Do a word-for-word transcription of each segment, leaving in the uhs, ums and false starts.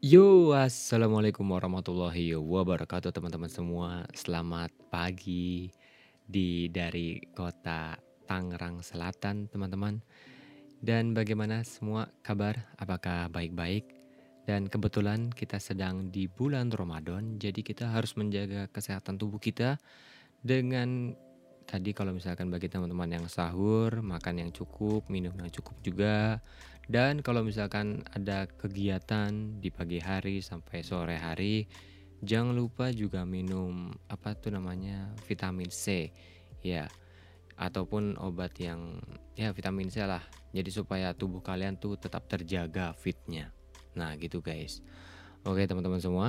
Yo, assalamualaikum warahmatullahi wabarakatuh teman-teman semua. Selamat pagi di dari kota Tangerang Selatan, teman-teman. Dan bagaimana semua kabar? Apakah baik-baik? Dan kebetulan kita sedang di bulan Ramadan, jadi kita harus menjaga kesehatan tubuh kita dengan tadi kalau misalkan bagi teman-teman yang sahur, makan yang cukup, minum yang cukup juga. Dan kalau misalkan ada kegiatan di pagi hari sampai sore hari, jangan lupa juga minum apa tuh namanya vitamin C, ya, ataupun obat yang ya vitamin C lah. Jadi supaya tubuh kalian tuh tetap terjaga fitnya. Nah gitu guys. Oke teman-teman semua,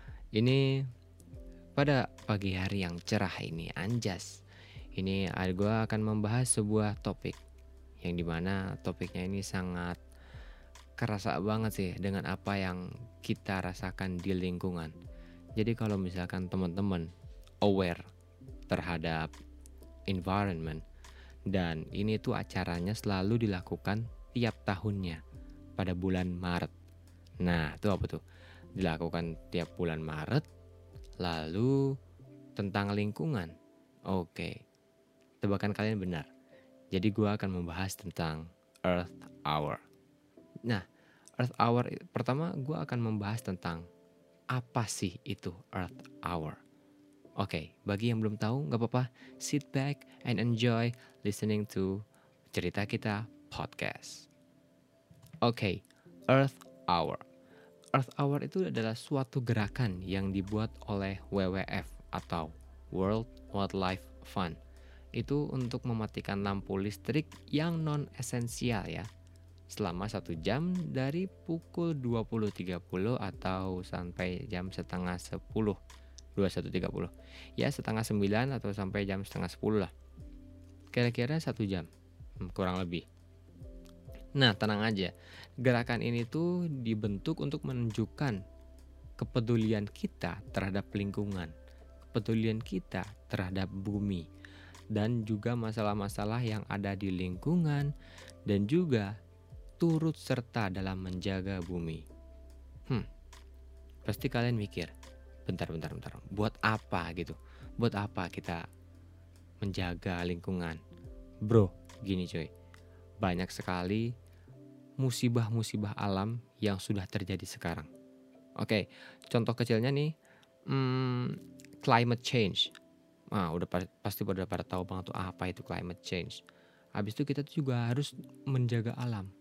ini pada pagi hari yang cerah ini anjas. Ini gue akan membahas sebuah topik yang dimana topiknya ini sangat kerasa banget sih dengan apa yang kita rasakan di lingkungan. Jadi kalau misalkan teman-teman aware terhadap environment, dan ini tuh acaranya selalu dilakukan tiap tahunnya pada bulan Maret. Nah itu apa tuh? Dilakukan tiap bulan Maret, lalu tentang lingkungan. Oke, tebakan kalian benar. Jadi gue akan membahas tentang Earth Hour. Nah, Earth Hour pertama gue akan membahas tentang apa sih itu Earth Hour. Oke, bagi yang belum tahu nggak apa-apa, sit back and enjoy listening to Cerita Kita Podcast. Oke, Earth Hour. Earth Hour itu adalah suatu gerakan yang dibuat oleh W W F atau World Wildlife Fund. Itu untuk mematikan lampu listrik yang non-esensial ya, selama satu jam dari pukul dua puluh tiga puluh atau sampai jam setengah sepuluh, dua puluh satu tiga puluh. Ya setengah sembilan atau sampai jam setengah sepuluh lah. Kira-kira satu jam, kurang lebih. Nah tenang aja, gerakan ini tuh dibentuk untuk menunjukkan kepedulian kita terhadap lingkungan, kepedulian kita terhadap bumi, dan juga masalah-masalah yang ada di lingkungan, dan juga turut serta dalam menjaga bumi. Hmm, pasti kalian mikir, bentar, bentar, bentar, buat apa gitu? Buat apa kita menjaga lingkungan? Bro, gini coy, banyak sekali musibah-musibah alam yang sudah terjadi sekarang. Oke, contoh kecilnya nih, hmm, climate change. Nah, udah pasti pada pada tahu banget tuh apa itu climate change. Habis itu kita tuh juga harus menjaga alam.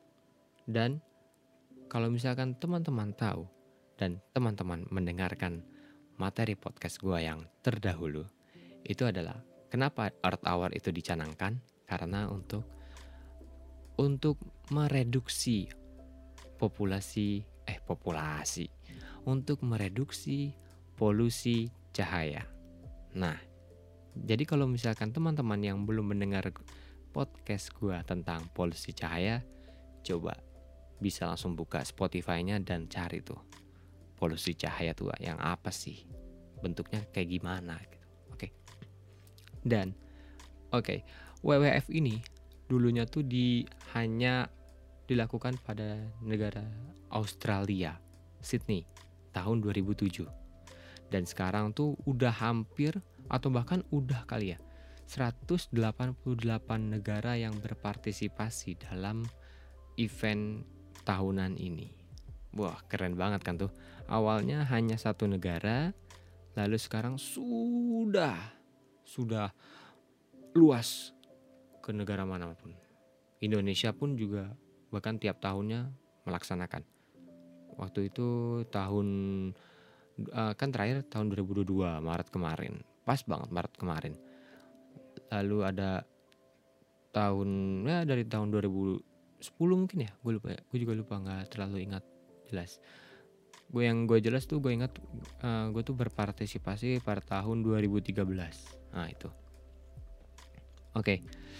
Dan kalau misalkan teman-teman tahu dan teman-teman mendengarkan materi podcast gua yang terdahulu, itu adalah kenapa Earth Hour itu dicanangkan? Karena untuk untuk mereduksi populasi eh populasi untuk mereduksi polusi cahaya. Nah, jadi kalau misalkan teman-teman yang belum mendengar podcast gua tentang polusi cahaya, coba bisa langsung buka Spotify-nya dan cari tuh polusi cahaya tuh yang apa sih, bentuknya kayak gimana gitu. Oke. Dan oke, W W F ini dulunya tuh di hanya dilakukan pada negara Australia, Sydney, tahun dua ribu tujuh. Dan sekarang tuh udah hampir atau bahkan udah kali ya seratus delapan puluh delapan negara yang berpartisipasi dalam event tahunan ini. Wah, keren banget kan tuh. Awalnya hanya satu negara, lalu sekarang sudah sudah luas ke negara manapun. Indonesia pun juga bahkan tiap tahunnya melaksanakan. Waktu itu tahun uh, kan terakhir tahun dua ribu dua puluh dua Maret kemarin. Pas banget Maret kemarin. Lalu ada tahun ya dari tahun dua ribu sepuluh mungkin ya, gue lupa ya. Gue juga lupa, nggak terlalu ingat jelas. Gue yang gue jelas tuh gue ingat uh, gue tuh berpartisipasi pada tahun dua ribu tiga belas. Nah itu. Oke. Okay.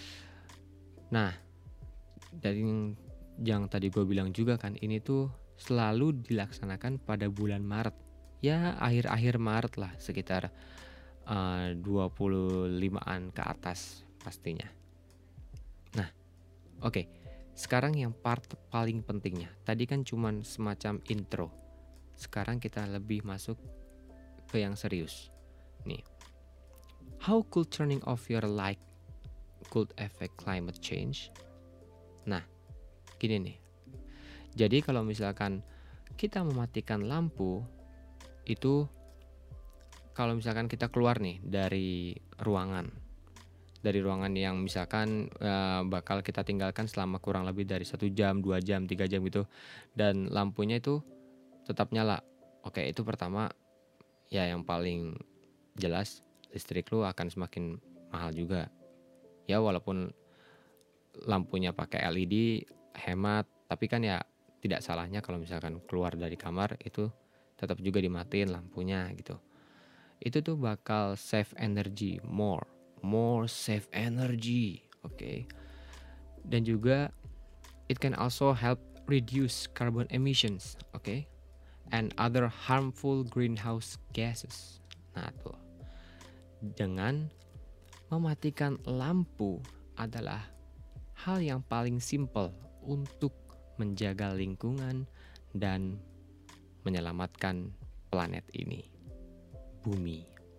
Nah, dari yang tadi gue bilang juga kan, ini tuh selalu dilaksanakan pada bulan Maret. Ya akhir-akhir Maret lah, sekitar uh, dua puluh limaan ke atas pastinya. Nah, oke. Okay. Sekarang yang part paling pentingnya. Tadi kan cuman semacam intro. sekarang kita lebih masuk ke yang serius. Nih, how could turning off your light could affect climate change? Nah, gini nih. Jadi kalau misalkan kita mematikan lampu, itu kalau misalkan kita keluar nih dari ruangan, dari ruangan yang misalkan uh, bakal kita tinggalkan selama kurang lebih dari satu jam, dua jam, tiga jam gitu, dan lampunya itu tetap nyala. Oke, itu pertama ya yang paling jelas listrik lu akan semakin mahal juga. Ya walaupun lampunya pakai L E D hemat, tapi kan ya tidak salahnya kalau misalkan keluar dari kamar itu tetap juga dimatiin lampunya gitu. Itu tuh bakal save energy more, more save energy, oke. Okay? Dan juga it can also help reduce carbon emissions, oke, okay? And other harmful greenhouse gases. Nah tuh, dengan mematikan lampu adalah hal yang paling simple untuk menjaga lingkungan dan menyelamatkan planet ini, bumi.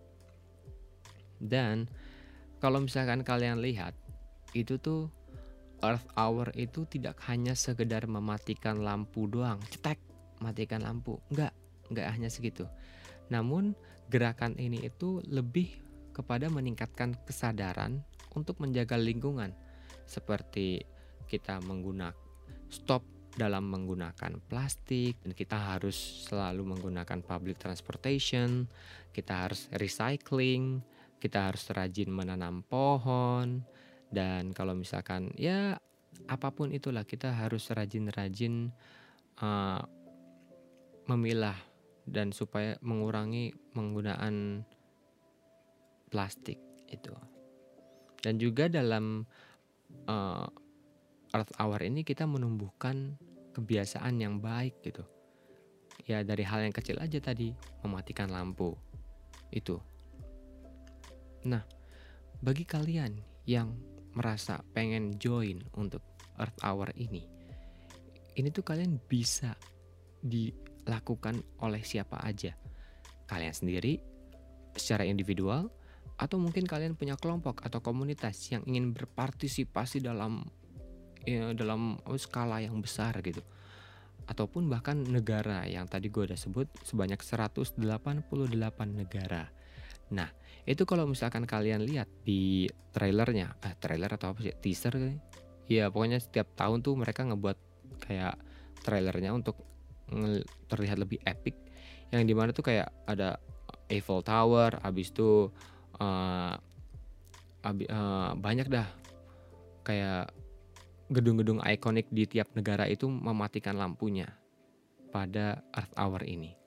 Dan kalau misalkan kalian lihat, itu tuh Earth Hour itu tidak hanya sekedar mematikan lampu doang, cetek, matikan lampu. Enggak, enggak hanya segitu. Namun gerakan ini itu lebih kepada meningkatkan kesadaran untuk menjaga lingkungan. Seperti kita menggunakan stop dalam menggunakan plastik, dan kita harus selalu menggunakan public transportation, kita harus recycling, kita harus rajin menanam pohon, dan kalau misalkan ya apapun itulah kita harus rajin-rajin uh, memilah dan supaya mengurangi penggunaan plastik itu. Dan juga dalam uh, Earth Hour ini kita menumbuhkan kebiasaan yang baik gitu. Ya dari hal yang kecil aja tadi, mematikan lampu itu. Nah, bagi kalian yang merasa pengen join untuk Earth Hour ini, ini tuh kalian bisa dilakukan oleh siapa aja. Kalian sendiri secara individual, atau mungkin kalian punya kelompok atau komunitas yang ingin berpartisipasi dalam ya, dalam skala yang besar gitu, ataupun bahkan negara yang tadi gue udah sebut sebanyak seratus delapan puluh delapan negara. Nah itu kalau misalkan kalian lihat di trailernya, eh trailer atau apa sih, teaser kali ya, pokoknya setiap tahun tuh mereka ngebuat kayak trailernya untuk nge- terlihat lebih epic, yang dimana tuh kayak ada Eiffel Tower, habis itu uh, abi- uh, banyak dah kayak gedung-gedung ikonik di tiap negara itu mematikan lampunya pada Earth Hour ini.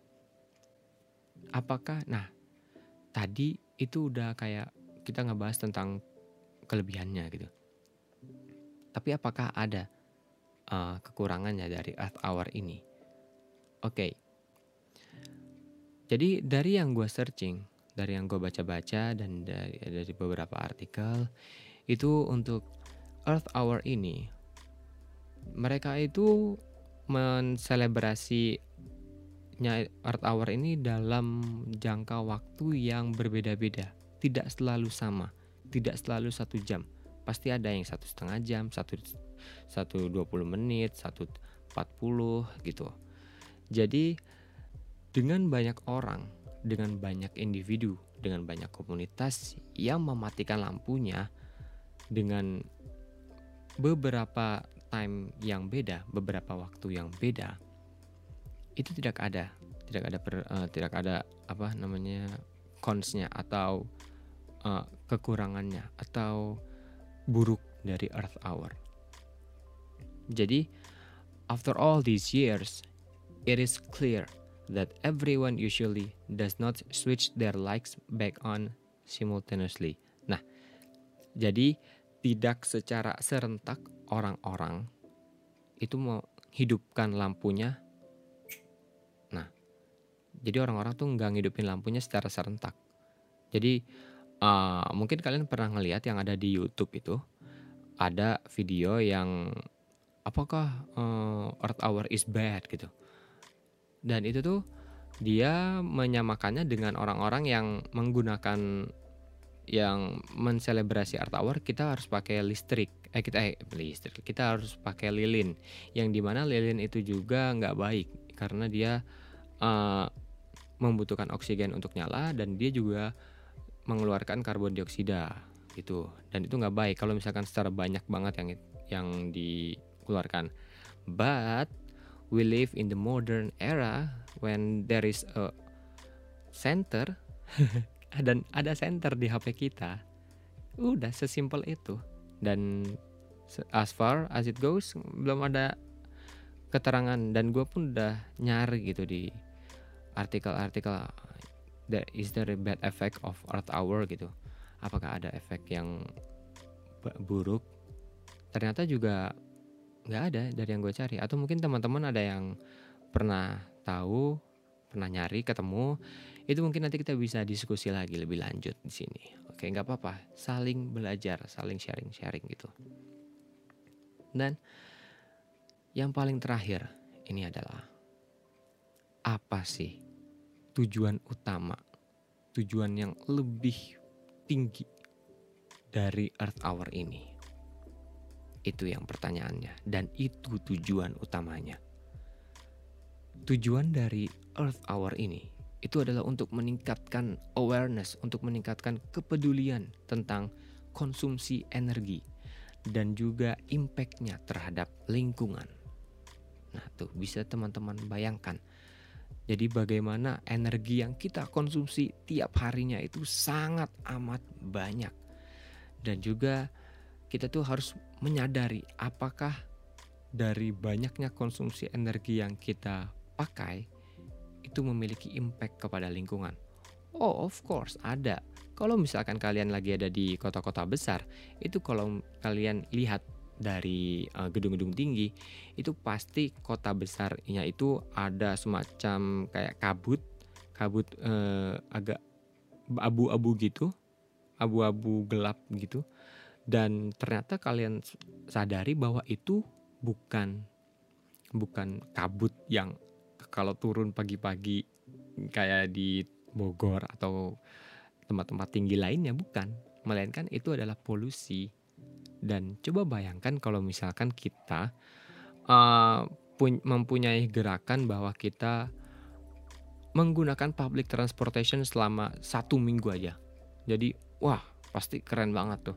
Apakah, nah tadi itu udah kayak kita ngebahas tentang kelebihannya gitu. Tapi apakah ada uh, kekurangannya dari Earth Hour ini? Oke. Okay. Jadi dari yang gue searching, dari yang gue baca-baca dan dari, dari beberapa artikel, itu untuk Earth Hour ini, mereka itu menselebrasinya Earth Hour ini dalam jangka waktu yang berbeda-beda, tidak selalu sama, tidak selalu satu jam, pasti ada yang satu setengah jam, satu satu dua puluh menit, satu empat puluh gitu. Jadi dengan banyak orang, dengan banyak individu, dengan banyak komunitas yang mematikan lampunya dengan beberapa time yang beda, beberapa waktu yang beda, itu tidak ada, tidak ada per, uh, tidak ada apa namanya cons-nya atau uh, kekurangannya atau buruk dari Earth Hour. Jadi, after all these years, it is clear that everyone usually does not switch their lights back on simultaneously. Nah, jadi tidak secara serentak orang-orang itu menghidupkan lampunya. Nah, jadi orang-orang tuh nggak ngidupin lampunya secara serentak. Jadi uh, mungkin kalian pernah ngelihat yang ada di YouTube itu, ada video yang apakah uh, Earth Hour is bad gitu. Dan itu tuh dia menyamakannya dengan orang-orang yang menggunakan yang menselebrasi Earth Hour, kita harus pakai listrik. Eh kita eh listrik. Kita harus pakai lilin. Yang dimana lilin itu juga nggak baik karena dia uh, membutuhkan oksigen untuk nyala dan dia juga mengeluarkan karbon dioksida gitu. Dan itu nggak baik kalau misalkan secara banyak banget yang yang dikeluarkan. But we live in the modern era when there is a center dan ada center di H P kita. Udah sesimpel itu. Dan as far as it goes belum ada keterangan, dan gue pun udah nyari gitu di artikel-artikel, there is there a bad effect of Earth Hour gitu, apakah ada efek yang buruk. Ternyata juga nggak ada dari yang gue cari. Atau mungkin teman-teman ada yang pernah tahu, pernah nyari, ketemu, itu mungkin nanti kita bisa diskusi lagi lebih lanjut di sini. Oke, nggak apa-apa, saling belajar, saling sharing-sharing gitu. Dan yang paling terakhir ini adalah, apa sih tujuan utama, tujuan yang lebih tinggi dari Earth Hour ini? Itu yang pertanyaannya, dan itu tujuan utamanya. Tujuan dari Earth Hour ini itu adalah untuk meningkatkan awareness, untuk meningkatkan kepedulian tentang konsumsi energi dan juga impact-nya terhadap lingkungan. Nah tuh bisa teman-teman bayangkan. Jadi bagaimana energi yang kita konsumsi tiap harinya itu sangat amat banyak. Dan juga kita tuh harus menyadari apakah dari banyaknya konsumsi energi yang kita pakai itu memiliki impact kepada lingkungan. Oh, of course ada. Kalau misalkan kalian lagi ada di kota-kota besar, itu kalau kalian lihat dari uh, gedung-gedung tinggi, itu pasti kota besarnya itu ada semacam kayak kabut, kabut uh, agak abu-abu gitu, abu-abu gelap gitu. Dan ternyata kalian sadari bahwa itu bukan bukan kabut yang kalau turun pagi-pagi kayak di Bogor atau tempat-tempat tinggi lainnya, bukan. Melainkan itu adalah polusi. Dan coba bayangkan kalau misalkan kita uh, pun- mempunyai gerakan bahwa kita menggunakan public transportation selama satu minggu aja. Jadi wah pasti keren banget tuh.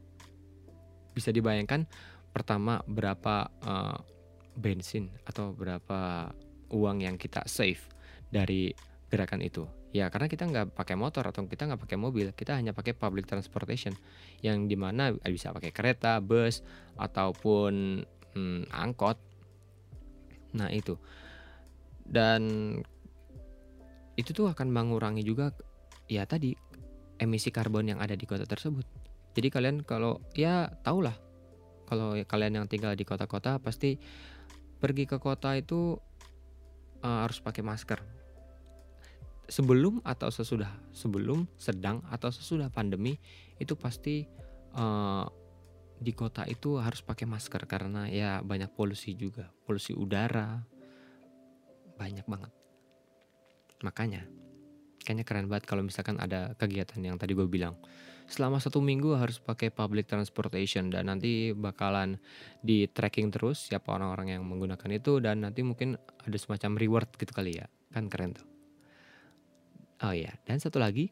Bisa dibayangkan pertama berapa uh, bensin atau berapa uang yang kita save dari gerakan itu. Ya karena kita nggak pakai motor atau kita nggak pakai mobil, kita hanya pakai public transportation yang dimana bisa pakai kereta, bus ataupun hmm, angkot. Nah itu, dan itu tuh akan mengurangi juga ya tadi emisi karbon yang ada di kota tersebut. Jadi kalian kalau ya tahulah, kalau kalian yang tinggal di kota-kota pasti pergi ke kota itu uh, harus pakai masker. Sebelum atau sesudah, sebelum, sedang atau sesudah pandemi itu pasti uh, di kota itu harus pakai masker karena ya banyak polusi juga, polusi udara banyak banget. Makanya, kayaknya keren banget kalau misalkan ada kegiatan yang tadi gue bilang selama satu minggu harus pakai public transportation, dan nanti bakalan di tracking terus siapa orang-orang yang menggunakan itu, dan nanti mungkin ada semacam reward gitu kali ya, kan keren tuh. Oh ya, dan satu lagi,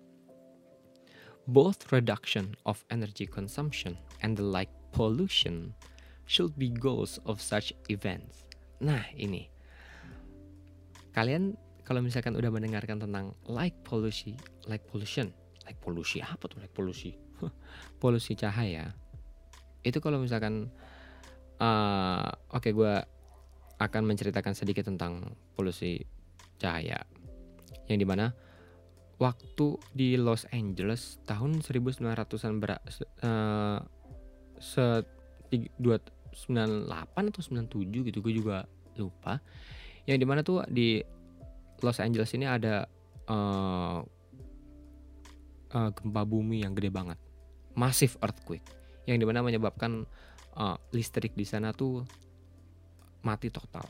both reduction of energy consumption and the light pollution should be goals of such events. Nah ini, kalian kalau misalkan udah mendengarkan tentang light pollution, light pollution, light polusi apa tuh light polusi? Polusi cahaya. Itu kalau misalkan, uh, oke okay, gue akan menceritakan sedikit tentang polusi cahaya. Yang dimana waktu di Los Angeles tahun seribu sembilan ratusan ber, uh, se dua sembilan delapan atau sembilan tujuh gitu, gue juga lupa. Yang dimana tuh di Los Angeles ini ada uh, uh, gempa bumi yang gede banget, massive earthquake, yang dimana menyebabkan uh, listrik di sana tuh mati total.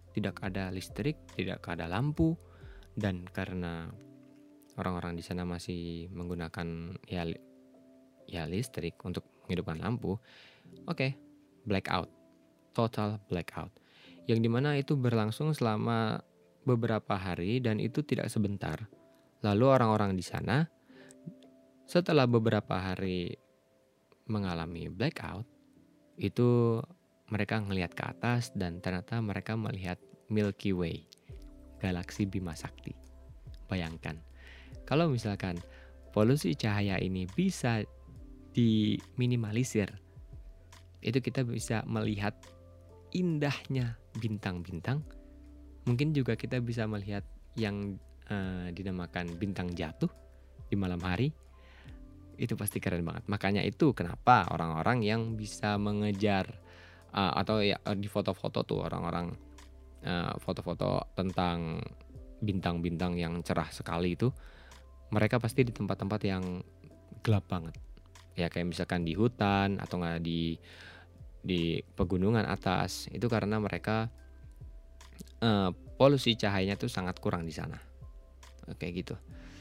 tidak ada listrik, tidak ada lampu, dan karena orang-orang di sana masih menggunakan ya ya listrik untuk menghidupkan lampu, oke, okay, blackout, total blackout. Yang dimana itu berlangsung selama beberapa hari dan itu tidak sebentar. Lalu orang-orang di sana setelah beberapa hari mengalami blackout, itu mereka ngelihat ke atas dan ternyata mereka melihat Milky Way, galaksi Bima Sakti. Bayangkan, kalau misalkan polusi cahaya ini bisa diminimalisir, itu kita bisa melihat indahnya bintang-bintang. Mungkin juga kita bisa melihat yang uh, dinamakan bintang jatuh di malam hari. Itu pasti keren banget. Makanya itu kenapa orang-orang yang bisa mengejar uh, atau ya di foto-foto tuh orang-orang uh, foto-foto tentang bintang-bintang yang cerah sekali itu, mereka pasti di tempat-tempat yang gelap banget. Ya kayak misalkan di hutan atau nggak di di pegunungan atas. Itu karena mereka uh, polusi cahayanya tuh sangat kurang di sana. Kayak gitu.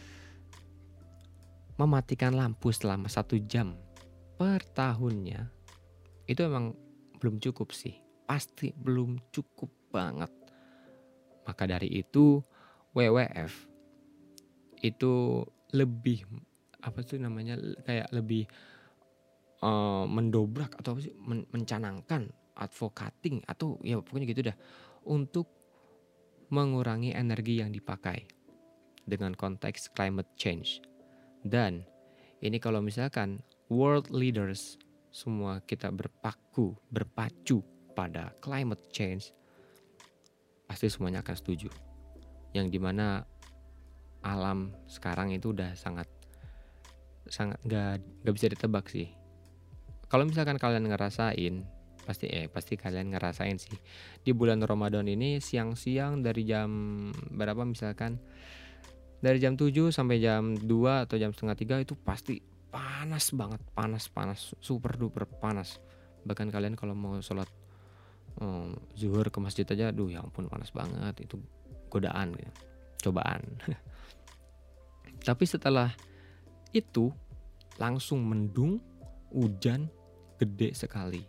Mematikan lampu selama satu jam per tahunnya itu emang belum cukup sih, pasti belum cukup banget. Maka dari itu W W F itu lebih apa sih namanya kayak lebih uh, mendobrak atau apa sih men- mencanangkan advocating atau ya pokoknya gitu dah untuk mengurangi energi yang dipakai dengan konteks climate change. Dan ini kalau misalkan world leaders semua kita berpaku, berpacu pada climate change, pasti semuanya akan setuju. Yang dimana alam sekarang itu udah sangat sangat nggak nggak bisa ditebak sih. Kalau misalkan kalian ngerasain, pasti eh pasti kalian ngerasain sih. Di bulan Ramadan ini siang-siang dari jam berapa misalkan dari jam tujuh sampai jam dua atau jam setengah tiga itu pasti panas banget, panas-panas, super duper panas. Bahkan kalian kalau mau sholat um, zuhur ke masjid aja, aduh ya ampun panas banget, itu godaan, gitu. Cobaan. Tapi setelah itu langsung mendung, hujan gede sekali.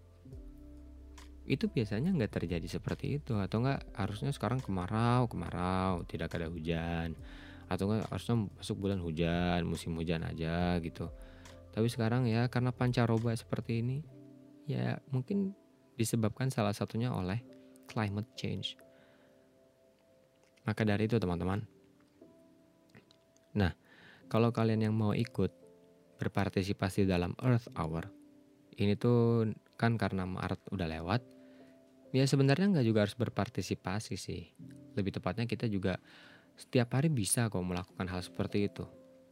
Itu biasanya nggak terjadi seperti itu, atau nggak harusnya sekarang kemarau, kemarau, tidak ada hujan. Atau enggak harusnya masuk bulan hujan, musim hujan aja gitu. Tapi sekarang ya karena pancaroba seperti ini, ya mungkin disebabkan salah satunya oleh climate change. Maka dari itu teman-teman, nah kalau kalian yang mau ikut berpartisipasi dalam Earth Hour, ini tuh kan karena Maret udah lewat, ya sebenarnya nggak juga harus berpartisipasi sih. Lebih tepatnya kita juga setiap hari bisa kok melakukan hal seperti itu.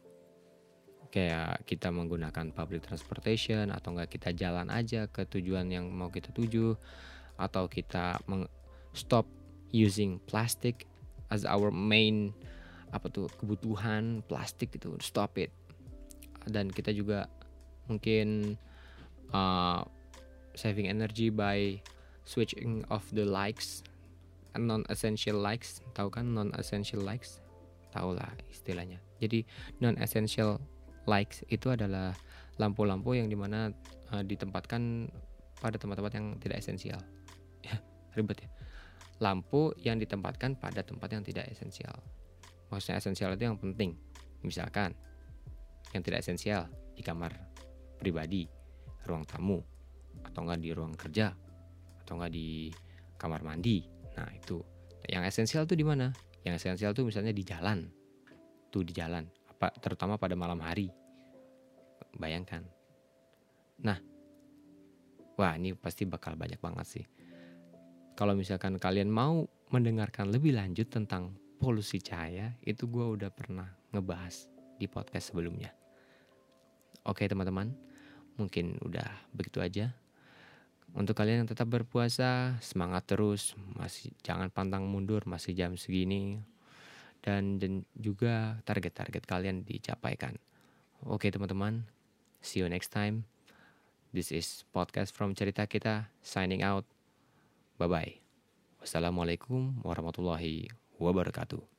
Kayak kita menggunakan public transportation atau enggak kita jalan aja ke tujuan yang mau kita tuju, atau kita meng- stop using plastic as our main apa tuh kebutuhan plastik itu, stop it. Dan kita juga mungkin uh, saving energy by switching off the lights, non essential lights. Tahu kan non essential lights? Tahu lah istilahnya. Jadi non essential lights itu adalah lampu-lampu yang dimana uh, ditempatkan pada tempat-tempat yang tidak esensial. Ya, ribet ya. Lampu yang ditempatkan pada tempat yang tidak esensial. Maksudnya esensial itu yang penting. Misalkan yang tidak esensial di kamar pribadi, ruang tamu, atau enggak di ruang kerja, atau enggak di kamar mandi. Nah, itu. Yang esensial tuh di mana? Yang esensial tuh misalnya di jalan. Tuh di jalan, apa terutama pada malam hari. Bayangkan. Nah, wah ini pasti bakal banyak banget sih. Kalau misalkan kalian mau mendengarkan lebih lanjut tentang polusi cahaya, itu gue udah pernah ngebahas di podcast sebelumnya. Oke teman-teman, mungkin udah begitu aja. Untuk kalian yang tetap berpuasa, semangat terus, masih jangan pantang mundur, masih jam segini. Dan, dan juga target-target kalian dicapaikan. Oke teman-teman, see you next time. This is podcast from Cerita Kita, signing out. Bye-bye. Wassalamualaikum warahmatullahi wabarakatuh.